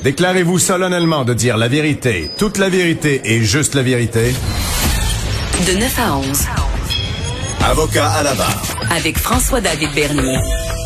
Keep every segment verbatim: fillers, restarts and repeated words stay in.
Déclarez-vous solennellement de dire la vérité, toute la vérité et juste la vérité? De neuf à onze. Avocat à la barre. Avec François-David Bernier.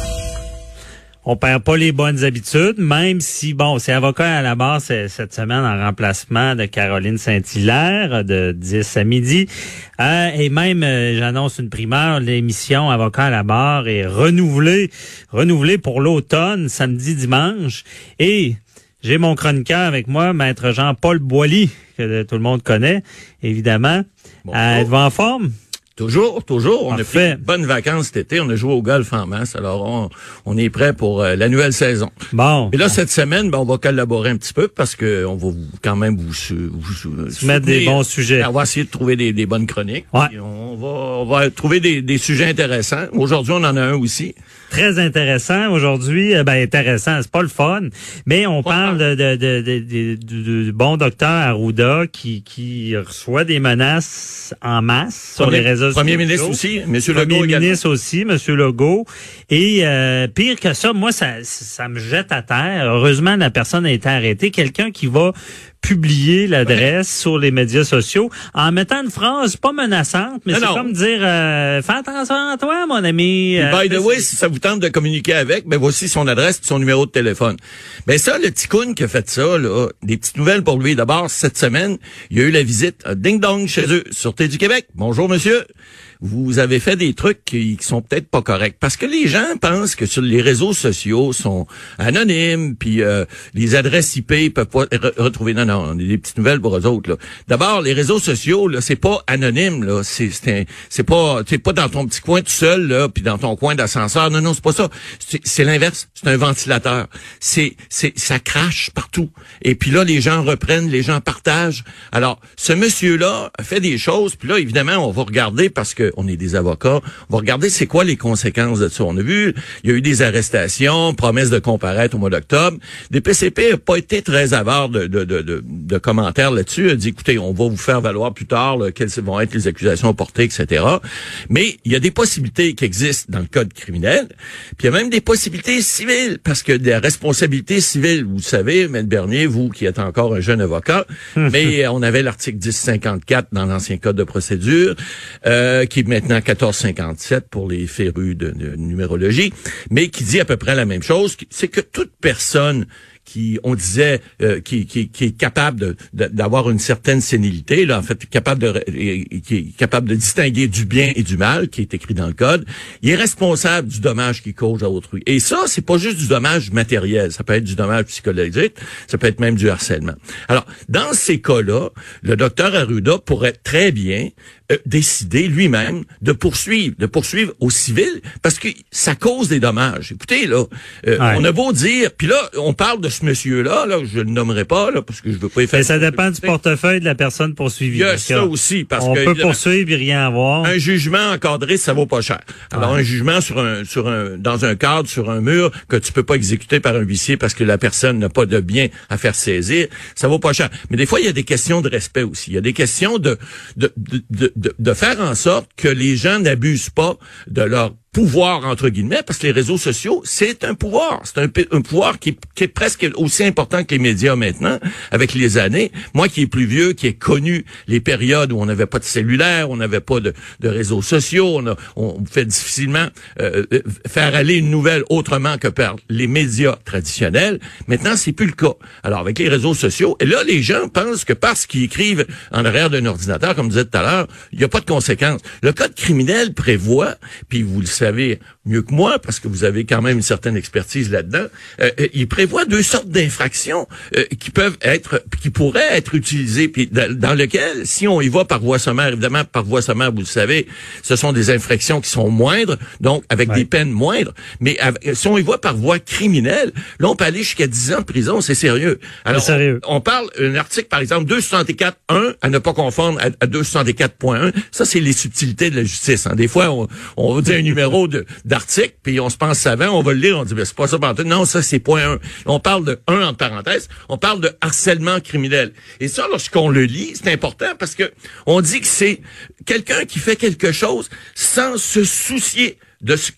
On perd pas les bonnes habitudes, même si, bon, c'est avocat à la barre c'est, cette semaine en remplacement de Caroline Saint-Hilaire de dix à midi. Euh, et même, euh, j'annonce une primeur, l'émission Avocat à la barre est renouvelée, renouvelée pour l'automne, samedi, dimanche. Et j'ai mon chroniqueur avec moi, Maître Jean-Paul Boilly, que tout le monde connaît, évidemment. Euh, êtes-vous en forme? Toujours, toujours. On Parfait. a fait de bonnes vacances cet été. On a joué au golf en masse. Alors, on, on est prêt pour euh, la nouvelle saison. Bon. Et là, bon. cette semaine, ben, on va collaborer un petit peu parce que on va vous, quand même vous, vous, vous soumettre des bons sujets. On va essayer de trouver des, des bonnes chroniques. Ouais. On va, on va trouver des, des sujets intéressants. Aujourd'hui, on en a un aussi. Très intéressant aujourd'hui. Euh, ben intéressant, c'est pas le fun, mais on parle de, de, de, de, de, de, de bon docteur Arruda qui, qui reçoit des menaces en masse sur Premier, les réseaux sociaux. Premier ministre aussi, Monsieur Premier Legault également. ministre aussi, Monsieur Legault. Et euh, pire que ça, moi ça, ça me jette à terre. Heureusement, la personne a été arrêtée. Quelqu'un qui va publier l'adresse ouais. sur les médias sociaux en mettant une phrase pas menaçante, mais non, c'est non. comme dire euh, fais attention à toi, mon ami. Euh, by the way, si ça vous tente de communiquer avec, ben voici son adresse et son numéro de téléphone. Ben ça, le ticoun qui a fait ça, là, des petites nouvelles pour lui. D'abord, cette semaine, il y a eu la visite à Ding Dong chez eux, Sûreté du Québec. Bonjour, monsieur. Vous avez fait des trucs qui, qui sont peut-être pas corrects. Parce que les gens pensent que sur les réseaux sociaux sont anonymes, puis euh, les adresses I P peuvent pas re- retrouver. Non, non, on a des petites nouvelles pour eux autres. Là. D'abord, les réseaux sociaux, là, c'est pas anonyme. Là, c'est c'est, un, c'est pas, t'es pas dans ton petit coin tout seul, là, puis dans ton coin d'ascenseur. Non, non, c'est pas ça. C'est, c'est l'inverse. C'est un ventilateur. C'est, c'est, ça crache partout. Et puis là, les gens reprennent, les gens partagent. Alors, ce monsieur-là a fait des choses. Puis là, évidemment, on va regarder parce que on est des avocats, on va regarder c'est quoi les conséquences de ça. On a vu, il y a eu des arrestations, promesses de comparaître au mois d'octobre. D P C P n'a pas été très avare de, de, de, de, de commentaires là-dessus. Il a dit, écoutez, on va vous faire valoir plus tard là, quelles vont être les accusations portées, et cetera. Mais il y a des possibilités qui existent dans le code criminel, puis il y a même des possibilités civiles, parce que des responsabilités civiles, vous savez, M. Bernier, vous qui êtes encore un jeune avocat, mais on avait l'article dix cinquante-quatre dans l'ancien code de procédure, euh, qui est maintenant quatorze cinquante-sept pour les férus de, de numérologie, mais qui dit à peu près la même chose, c'est que toute personne qui, on disait, euh, qui, qui, qui est capable de, de, d'avoir une certaine sénilité, là, en fait, capable de, qui est capable de distinguer du bien et du mal, qui est écrit dans le code, il est responsable du dommage qu'il cause à autrui. Et ça, c'est pas juste du dommage matériel, ça peut être du dommage psychologique, ça peut être même du harcèlement. Alors, dans ces cas-là, le docteur Arruda pourrait très bien euh, décider lui-même de poursuivre, de poursuivre au civil, parce que ça cause des dommages. Écoutez, là, euh, ouais. on a beau dire, puis là, on parle de ce monsieur-là, là, je le nommerai pas, là, parce que je veux pas y faire... Mais ça dépend du portefeuille de la personne poursuivie. Il y a ça aussi, parce on que... On peut poursuivre et rien avoir. Un jugement encadré, ça vaut pas cher. Alors, ouais. un jugement sur un, sur un, dans un cadre, sur un mur, que tu peux pas exécuter par un huissier parce que la personne n'a pas de bien à faire saisir, ça vaut pas cher. Mais des fois, il y a des questions de respect aussi. Il y a des questions de, de, de, de, de, de faire en sorte que les gens n'abusent pas de leur pouvoir, entre guillemets, parce que les réseaux sociaux, c'est un pouvoir. C'est un, un pouvoir qui est, qui est presque aussi important que les médias maintenant, avec les années. Moi qui est plus vieux, qui ai connu les périodes où on n'avait pas de cellulaire, on n'avait pas de, de réseaux sociaux, on, a, on fait difficilement euh, faire aller une nouvelle autrement que par les médias traditionnels. Maintenant, c'est plus le cas. Alors, avec les réseaux sociaux, et là, les gens pensent que parce qu'ils écrivent en arrière d'un ordinateur, comme je disais tout à l'heure, il n'y a pas de conséquences. Le code criminel prévoit, puis vous le savez mieux que moi, parce que vous avez quand même une certaine expertise là-dedans, euh, il prévoit deux sortes d'infractions euh, qui peuvent être, qui pourraient être utilisées, puis dans, dans lequel, si on y va par voie sommaire, évidemment, par voie sommaire, vous le savez, ce sont des infractions qui sont moindres, donc avec ouais. des peines moindres, mais avec, si on y va par voie criminelle, là, on peut aller jusqu'à dix ans de prison, c'est sérieux. Alors, c'est sérieux. On, on parle, un article, par exemple, deux cent soixante-quatre point un, à ne pas confondre à, à deux cent soixante-quatre point un, ça, c'est les subtilités de la justice. Hein. Des fois, on, on va dire un numéro De, d'articles, puis on se pense savant, on va le lire, on dit, ben, c'est pas ça, pantoute. Non, ça, c'est point un. On parle de un, entre parenthèses, on parle de harcèlement criminel. Et ça, lorsqu'on le lit, c'est important parce que on dit que c'est quelqu'un qui fait quelque chose sans se soucier de ce qu'elle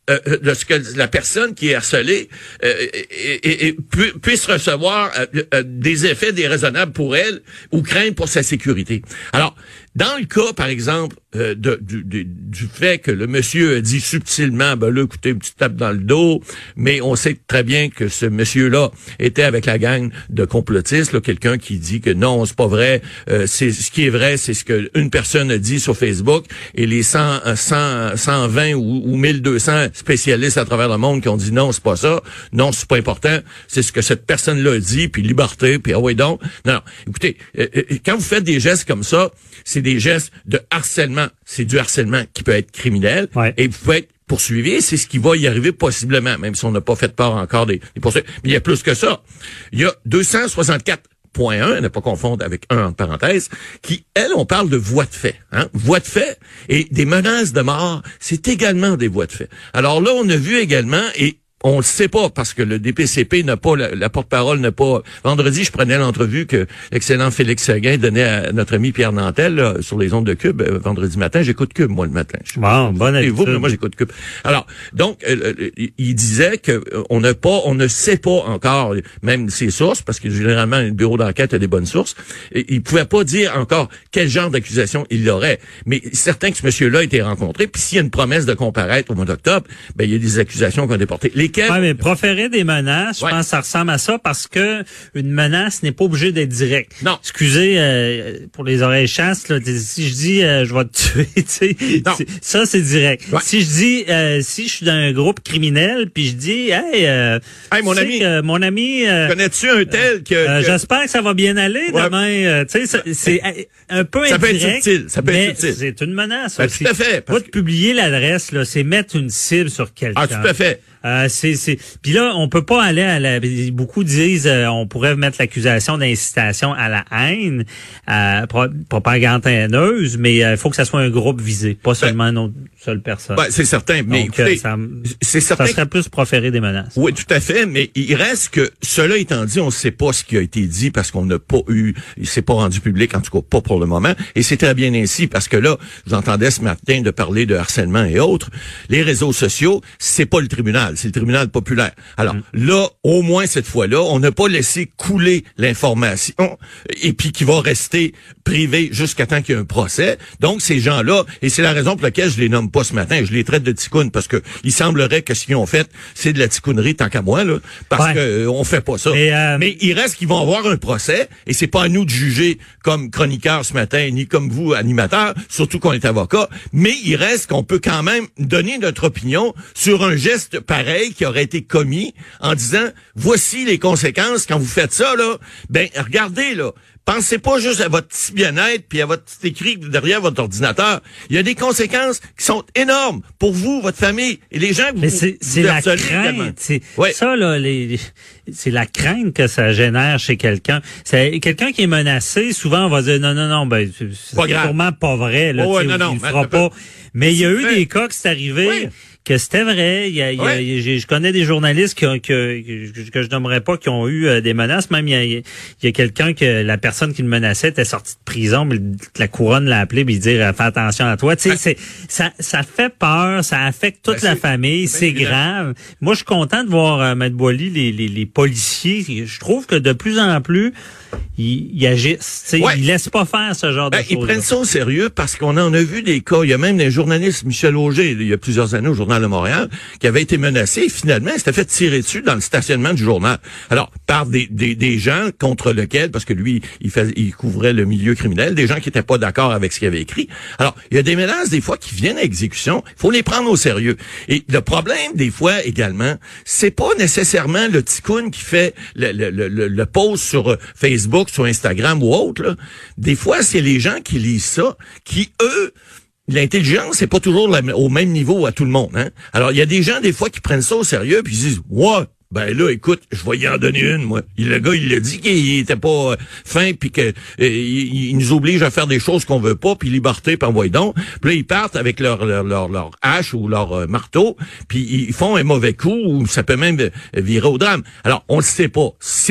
euh, de ce que la personne qui est harcelée euh, et, et, et pu, puisse recevoir euh, euh, des effets déraisonnables pour elle ou craindre pour sa sécurité. Alors, dans le cas, par exemple, euh, de, du, du, du fait que le monsieur a dit subtilement, ben là, écoutez, une petite tape dans le dos, mais on sait très bien que ce monsieur-là était avec la gang de complotistes, là, quelqu'un qui dit que non, c'est pas vrai, euh, c'est ce qui est vrai, c'est ce que une personne a dit sur Facebook, et les cent, cent, cent vingt ou, ou mille deux cents spécialistes à travers le monde qui ont dit non, c'est pas ça, non, c'est pas important, c'est ce que cette personne-là a dit, puis liberté, puis ah ouais donc. Non, non, écoutez, euh, euh, quand vous faites des gestes comme ça, c'est des gestes de harcèlement. C'est du harcèlement qui peut être criminel. Ouais. Et vous pouvez être poursuivi. C'est ce qui va y arriver possiblement, même si on n'a pas fait part encore des, des poursuites. Mais il y a plus que ça. Il y a deux cent soixante-quatre point un, ne pas confondre avec un entre parenthèses, qui, elle, on parle de voies de fait. Hein? Voies de fait et des menaces de mort, c'est également des voies de fait. Alors là, on a vu également, et on le sait pas parce que le D P C P n'a pas, la, la porte-parole n'a pas. Vendredi, je prenais l'entrevue que l'excellent Félix Seguin donnait à notre ami Pierre Nantel là, sur les ondes de Cube euh, vendredi matin. J'écoute Cube moi le matin. Bon, bonne habitude. Et vous, moi j'écoute Cube. Alors, donc, euh, il disait que euh, on n'a pas, on ne sait pas encore, même ses sources, parce que généralement le bureau d'enquête a des bonnes sources. Et il pouvait pas dire encore quel genre d'accusation il aurait. Mais certain que ce monsieur-là a été rencontré. Puis s'il y a une promesse de comparaître au mois d'octobre, ben il y a des accusations qui ont été portées. Les Oui, mais proférer des menaces, je ouais. pense que ça ressemble à ça parce que une menace n'est pas obligée d'être directe. Non. Excusez euh, pour les oreilles chasses, là, si je dis euh, je vais te tuer, tu sais, ça c'est direct. Ouais. Si je dis euh, si je suis dans un groupe criminel puis je dis hey, euh, hey mon ami, que, mon ami, euh, connais-tu un tel que, euh, que... j'espère que ça va bien aller ouais. demain. Euh, tu sais, c'est un peu ça indirect. Peut être subtil, ça peut être subtil. C'est une menace. Ben, aussi. Tout à fait. Pas de que... publier l'adresse là, c'est mettre une cible sur quelqu'un. Ah, tout à fait. Euh, c'est, c'est. Puis là, on peut pas aller à la. Beaucoup disent, euh, on pourrait mettre l'accusation d'incitation à la haine, euh, propagande haineuse, mais il euh, faut que ça soit un groupe visé, pas seulement ben, une autre seule personne. Ben, c'est certain, mais Donc, écoutez, euh, ça, c'est certain. Ça serait plus proférer des menaces. Oui, tout à fait, mais il reste que cela étant dit, on ne sait pas ce qui a été dit parce qu'on n'a pas eu, il s'est pas rendu public, en tout cas pas pour le moment, et c'est très bien ainsi parce que là, j'entendais ce matin de parler de harcèlement et autres. Les réseaux sociaux, c'est pas le tribunal. C'est le tribunal populaire. Alors mmh. là, au moins cette fois-là, on n'a pas laissé couler l'information et puis qui va rester privé jusqu'à temps qu'il y ait un procès. Donc ces gens-là, et c'est la raison pour laquelle je les nomme pas ce matin, je les traite de ticounes parce que il semblerait que ce qu'ils ont fait, c'est de la ticounerie tant qu'à moi là, parce ouais. que euh, on fait pas ça. Et euh... Mais il reste qu'ils vont avoir un procès et c'est pas à nous de juger comme chroniqueur ce matin ni comme vous animateur, surtout qu'on est avocat. Mais il reste qu'on peut quand même donner notre opinion sur un geste pareil qui aurait été commis en disant voici les conséquences quand vous faites ça là. Ben regardez là. Pensez pas juste à votre petit bien-être puis à votre petit écrit derrière votre ordinateur. Il y a des conséquences qui sont énormes pour vous, votre famille et les gens que Mais vous c'est, c'est la crainte. C'est ouais. ça là, les, c'est la crainte que ça génère chez quelqu'un. C'est quelqu'un qui est menacé. Souvent, on va dire non, non, non, ben c'est pas sûrement pas vrai. Là, oh, ouais, non, non, il fera pas. Mais il y a eu fait. des cas que c'est arrivé. Oui. Que c'était vrai. Il y a, il y a, ouais. il y a, je connais des journalistes qui ont, que, que, que je nommerai pas qui ont eu euh, des menaces. Même il y a, il y a quelqu'un que la personne qui le menaçait était sortie de prison, mais la couronne l'a appelé et dire fais attention à toi. Tu sais, c'est ça, ça fait peur, ça affecte toute ben, la famille, c'est grave. Moi, je suis content de voir euh, Maître Boily, les, les, les policiers. Je trouve que de plus en plus ils, ils agissent. Ouais. Ils laissent pas faire ce genre ben, de choses. Ils prennent ça au sérieux parce qu'on en a vu des cas. Il y a même des journalistes, Michel Auger, il y a plusieurs années au Journal de Montréal, qui avait été menacé et finalement il s'était fait tirer dessus dans le stationnement du journal. Alors, par des, des, des gens contre lesquels, parce que lui, il, fait, il couvrait le milieu criminel, des gens qui étaient pas d'accord avec ce qu'il avait écrit. Alors, il y a des menaces des fois qui viennent à exécution. Il faut les prendre au sérieux. Et le problème des fois également, c'est pas nécessairement le ticoun qui fait le, le, le, le post sur Facebook, sur Instagram ou autre. Là. Des fois, c'est les gens qui lisent ça, qui, eux, l'intelligence, c'est pas toujours la, au même niveau à tout le monde. Hein? Alors, il y a des gens, des fois, qui prennent ça au sérieux puis ils disent « Ouais, ben là, écoute, je vais y en donner une, moi. » Le gars, il l'a dit qu'il était pas fin puis que euh, il, il nous oblige à faire des choses qu'on veut pas, puis liberté, puis envoie donc. Puis là, ils partent avec leur leur leur, leur hache ou leur euh, marteau, puis ils font un mauvais coup ou ça peut même virer au drame. Alors, on le sait pas. C'est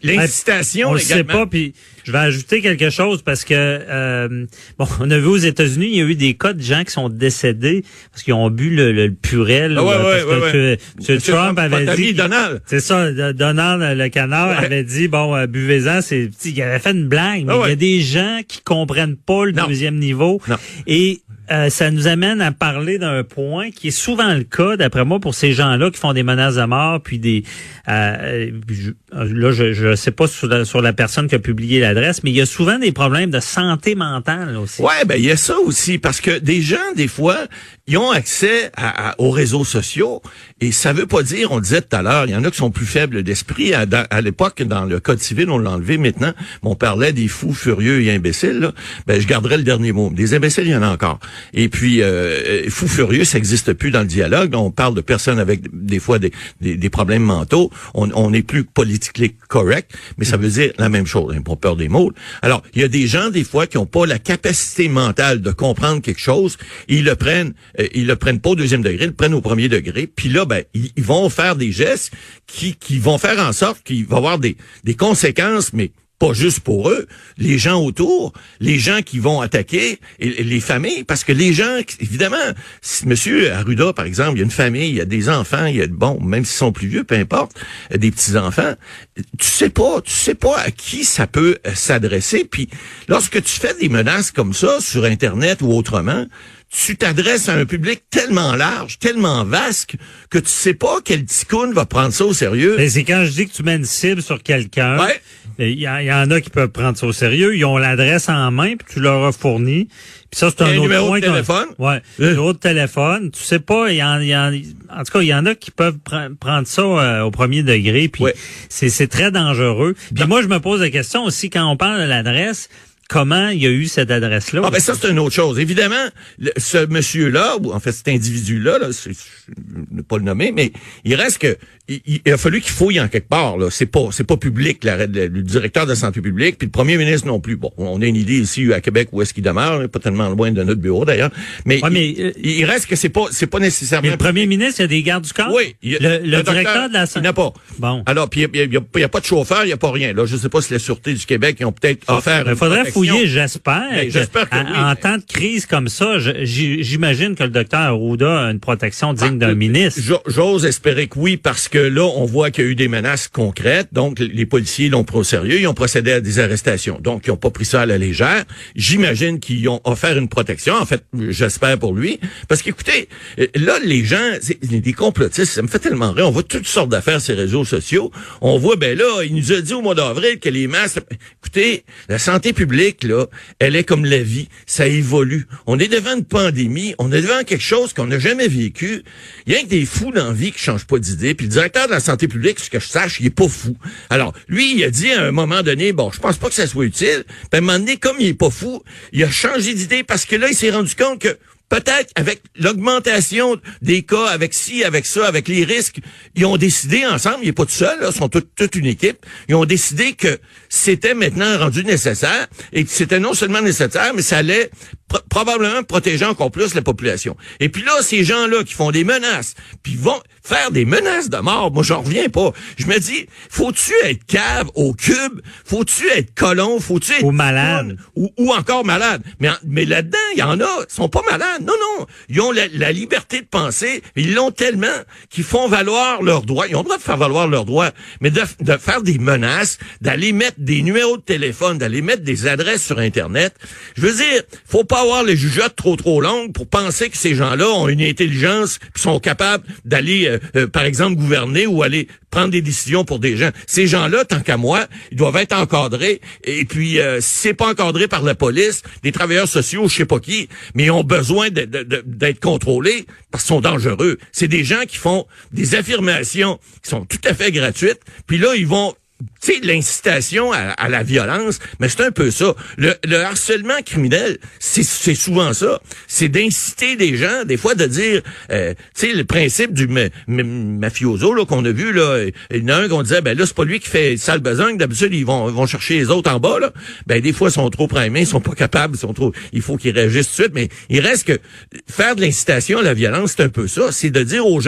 l'incitation on le également. sait pas, puis je vais ajouter quelque chose parce que euh, bon, on a vu aux États-Unis, il y a eu des cas de gens qui sont décédés parce qu'ils ont bu le, le purel. Ah ouais, parce ouais, que ouais, que, ouais. que Trump avait dit, Donald. c'est ça, Donald le canard ouais. avait dit bon, euh, buvez-en, c'est, il avait fait une blague, mais ah ouais. il y a des gens qui comprennent pas le non. deuxième niveau non. et Euh, ça nous amène à parler d'un point qui est souvent le cas, d'après moi, pour ces gens-là qui font des menaces de mort, puis des... Euh, je, là, je je sais pas sur la, sur la personne qui a publié l'adresse, mais il y a souvent des problèmes de santé mentale aussi. Ouais, ben il y a ça aussi, parce que des gens, des fois, ils ont accès à, à, aux réseaux sociaux, et ça veut pas dire, on disait tout à l'heure, il y en a qui sont plus faibles d'esprit. À, à l'époque, dans le Code civil, on l'a enlevé maintenant, mais on parlait des fous furieux et imbéciles, là. Ben, je garderai le dernier mot. Des imbéciles, il y en a encore. Et puis, euh, fou furieux, ça n'existe plus dans le dialogue. On parle de personnes avec des fois des, des, des problèmes mentaux. On, on n'est plus politiquement correct, mais ça veut dire la même chose. Ils n'ont pas peur des mots. Alors, il y a des gens, des fois, qui n'ont pas la capacité mentale de comprendre quelque chose. Ils le prennent, euh, ils le prennent pas au deuxième degré, ils le prennent au premier degré. Puis là, ben, ils, ils vont faire des gestes qui, qui vont faire en sorte qu'il va y avoir des, des conséquences, mais pas juste pour eux, les gens autour, les gens qui vont attaquer, et, et les familles, parce que les gens, évidemment, si Monsieur Arruda, par exemple, il y a une famille, il y a des enfants, il y a, bon, même s'ils sont plus vieux, peu importe, des petits-enfants, tu sais pas, tu sais pas à qui ça peut s'adresser, puis lorsque tu fais des menaces comme ça, sur Internet ou autrement, tu t'adresses à un public tellement large, tellement vaste, que tu sais pas quel ticoun va prendre ça au sérieux. Mais c'est quand je dis que tu mets une cible sur quelqu'un, ouais. il y, y en a qui peuvent prendre ça au sérieux, ils ont l'adresse en main, puis tu leur as fourni. Puis ça, c'est un, un autre numéro point de téléphone. Ouais, un numéro de téléphone. Tu sais pas, il y en, y en, en tout cas, il y en a qui peuvent pr- prendre ça euh, au premier degré, puis ouais. c'est, c'est très dangereux. Puis moi, je me pose la question aussi, quand on parle de l'adresse, comment il y a eu cette adresse-là? Ah ben ça, c'est une autre chose. Évidemment, le, ce monsieur-là, ou en fait cet individu-là, là, c'est, je ne pas le nommer, mais il reste que il, il a fallu qu'il fouille en quelque part. Là, c'est pas c'est pas public. La, le, le directeur de la santé publique, puis le premier ministre non plus. Bon, on a une idée ici à Québec où est-ce qu'il demeure, pas tellement loin de notre bureau d'ailleurs. Mais, ouais, mais il, euh, il reste que c'est pas c'est pas nécessairement. Mais le premier public. ministre, il y a des gardes du corps. Oui, il, le, le, le docteur, directeur de la santé. Il n'a pas. Bon. Alors puis il y, y, y a pas de chauffeur, il y a pas rien. Là, je sais pas si la sûreté du Québec ils ont peut-être offert. Il faudrait fouiller, j'espère. Ben, j'espère que en, oui, en mais... temps de crise comme ça, je, j'imagine que le docteur Arruda a une protection digne ah, d'un ministre. J'ose espérer que oui, parce que là, on voit qu'il y a eu des menaces concrètes. Donc, les policiers l'ont pris au sérieux. Ils ont procédé à des arrestations. Donc, ils n'ont pas pris ça à la légère. J'imagine qu'ils ont offert une protection. En fait, j'espère pour lui. Parce qu'écoutez, là, les gens, c'est des complotistes, ça me fait tellement rire. On voit toutes sortes d'affaires sur les réseaux sociaux. On voit, ben là, il nous a dit au mois d'avril que les masques... Écoutez, la santé publique, là, elle est comme la vie. Ça évolue. On est devant une pandémie. On est devant quelque chose qu'on n'a jamais vécu. Il y a que des fous dans la vie qui changent pas d'idée. Puis le directeur de la santé publique, ce que je sache, il est pas fou. Alors, lui, il a dit à un moment donné, bon, je pense pas que ça soit utile. Puis à un moment donné, comme il est pas fou, il a changé d'idée parce que là, il s'est rendu compte que peut-être avec l'augmentation des cas, avec ci, avec ça, avec les risques, ils ont décidé ensemble, il est pas tout seul, là, ils sont toute, toute une équipe, ils ont décidé que c'était maintenant rendu nécessaire et que c'était non seulement nécessaire, mais ça allait pr- probablement protéger encore plus la population. Et puis là, ces gens-là qui font des menaces, puis vont faire des menaces de mort, moi j'en reviens pas. Je me dis, faut-tu être cave au cube? Faut-tu être colon? Faut-tu être... Ou malade. Ou, ou encore malade. Mais, mais là-dedans, il y en a, ils sont pas malades. Non, non. Ils ont la, la liberté de penser. Ils l'ont tellement qu'ils font valoir leurs droits. Ils ont le droit de faire valoir leurs droits. Mais de, de faire des menaces, d'aller mettre des numéros de téléphone, d'aller mettre des adresses sur Internet. Je veux dire, faut pas avoir les jugeotes trop, trop longues pour penser que ces gens-là ont une intelligence puis sont capables d'aller, euh, euh, par exemple, gouverner ou aller prendre des décisions pour des gens. Ces gens-là, tant qu'à moi, ils doivent être encadrés. Et puis, euh, si c'est pas encadré par la police, des travailleurs sociaux, je sais pas qui, mais ils ont besoin de, de, de, d'être contrôlés parce qu'ils sont dangereux. C'est des gens qui font des affirmations qui sont tout à fait gratuites. Puis là, ils vont... Tu sais, l'incitation à, à la violence, mais c'est un peu ça. Le, le harcèlement criminel, c'est, c'est souvent ça. C'est d'inciter des gens, des fois de dire, euh, tu sais, le principe du ma, ma, mafioso là qu'on a vu là, il y en a un qu'on disait, ben là c'est pas lui qui fait sale besogne. D'habitude ils vont, ils vont chercher les autres en bas là. Ben des fois ils sont trop primés, ils sont pas capables, ils sont trop, il faut qu'ils réagissent tout de suite. Mais il reste que faire de l'incitation à la violence, c'est un peu ça. C'est de dire aux gens,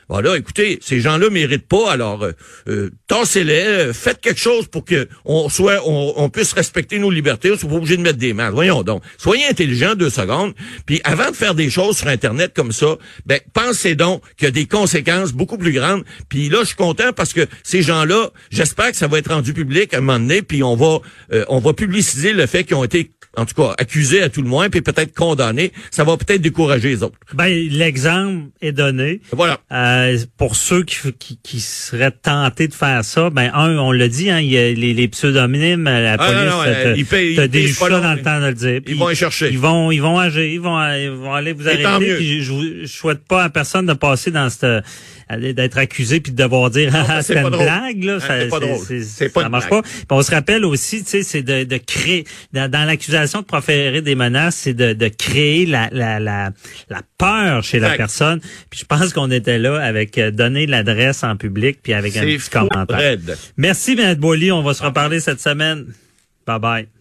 Voilà, écoutez, ces gens-là méritent pas, alors euh, euh, tassez-les, euh, faites quelque chose pour que on soit, on, on puisse respecter nos libertés, on soit pas obligé de mettre des masques. Voyons donc, soyez intelligents deux secondes, puis avant de faire des choses sur Internet comme ça, ben pensez donc qu'il y a des conséquences beaucoup plus grandes. Puis là, je suis content parce que ces gens-là, j'espère que ça va être rendu public à un moment donné, puis on va, euh, on va publiciser le fait qu'ils ont été, en tout cas, accusés à tout le moins, puis peut-être condamnés. Ça va peut-être décourager les autres. Ben, l'exemple est donné. Voilà. Euh, pour ceux qui, qui, qui seraient tentés de faire ça, ben un, on l'a dit, hein, il y a les, les pseudonymes, la Ah, police non, non, te, ils payent- te ils payent déjuge pas ça long, dans le mais temps de le dire. Puis ils vont y chercher. Ils vont, ils vont agir, ils vont, ils vont aller vous Et tant arrêter. mieux. Puis je, je, je souhaite pas à personne de passer dans cette, d'être accusé puis de devoir dire Non, ah, c'est c'est pas une drôle. blague là, Hein, ça, c'est pas drôle. c'est- C'est pas ça une marche blague. pas. Puis on se rappelle aussi, tu sais, c'est de, de créer dans, dans l'accusation de proférer des menaces, c'est de, de créer la, la, la, la peur chez la Exact. personne. Puis je pense qu'on était là avec euh, donner l'adresse en public puis avec un C'est petit fou, commentaire. raide. Merci, M. Boily. On va se reparler cette semaine. Bye bye.